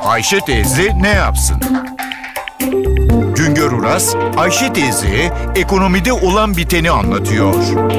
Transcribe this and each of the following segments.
Ayşe teyze ne yapsın? Güngör Uras, Ayşe teyzeye ekonomide olan biteni anlatıyor.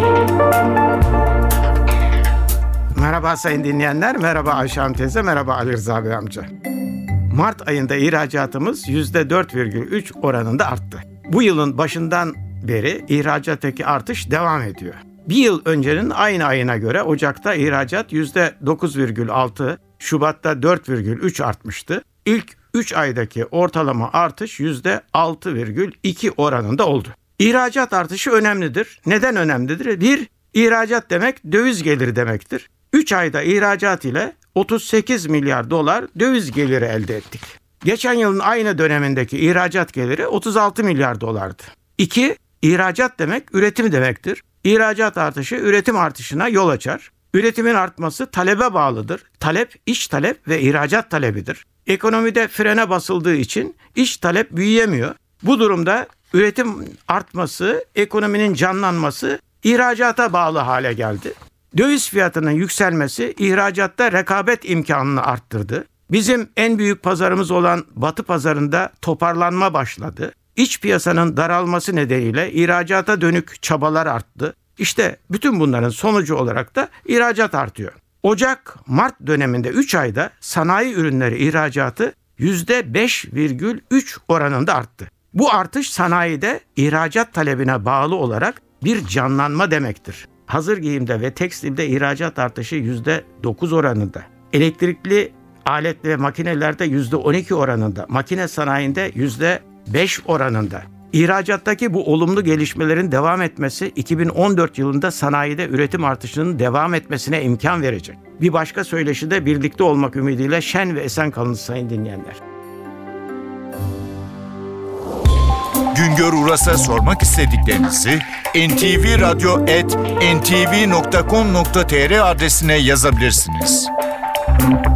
Merhaba sayın dinleyenler, merhaba Ayşe Hanım teyze, merhaba Ali Rıza Bey amca. Mart ayında ihracatımız %4,3 oranında arttı. Bu yılın başından beri ihracattaki artış devam ediyor. Bir yıl öncenin aynı ayına göre Ocak'ta ihracat %9,6, Şubat'ta 4,3 artmıştı. İlk 3 aydaki ortalama artış %6,2 oranında oldu. İhracat artışı önemlidir. Neden önemlidir? 1. İhracat demek döviz geliri demektir. 3 ayda ihracat ile 38 milyar dolar döviz geliri elde ettik. Geçen yılın aynı dönemindeki ihracat geliri 36 milyar dolardı. 2. İhracat demek üretim demektir. İhracat artışı üretim artışına yol açar. Üretimin artması talebe bağlıdır. Talep, iç talep ve ihracat talebidir. Ekonomide frene basıldığı için iç talep büyüyemiyor. Bu durumda üretim artması, ekonominin canlanması ihracata bağlı hale geldi. Döviz fiyatının yükselmesi ihracatta rekabet imkanını arttırdı. Bizim en büyük pazarımız olan Batı pazarında toparlanma başladı. İç piyasanın daralması nedeniyle ihracata dönük çabalar arttı. İşte bütün bunların sonucu olarak da ihracat artıyor. Ocak-Mart döneminde 3 ayda sanayi ürünleri ihracatı %5,3 oranında arttı. Bu artış sanayide ihracat talebine bağlı olarak bir canlanma demektir. Hazır giyimde ve tekstilde ihracat artışı %9 oranında. Elektrikli alet ve makinelerde %12 oranında. Makine sanayinde %5 oranında. İhracattaki bu olumlu gelişmelerin devam etmesi 2014 yılında sanayide üretim artışının devam etmesine imkan verecek. Bir başka söyleşide birlikte olmak ümidiyle şen ve esen kalın sayın dinleyenler. Güngör Uras'a sormak istediklerinizi ntvradyo@ntv.com.tr adresine yazabilirsiniz.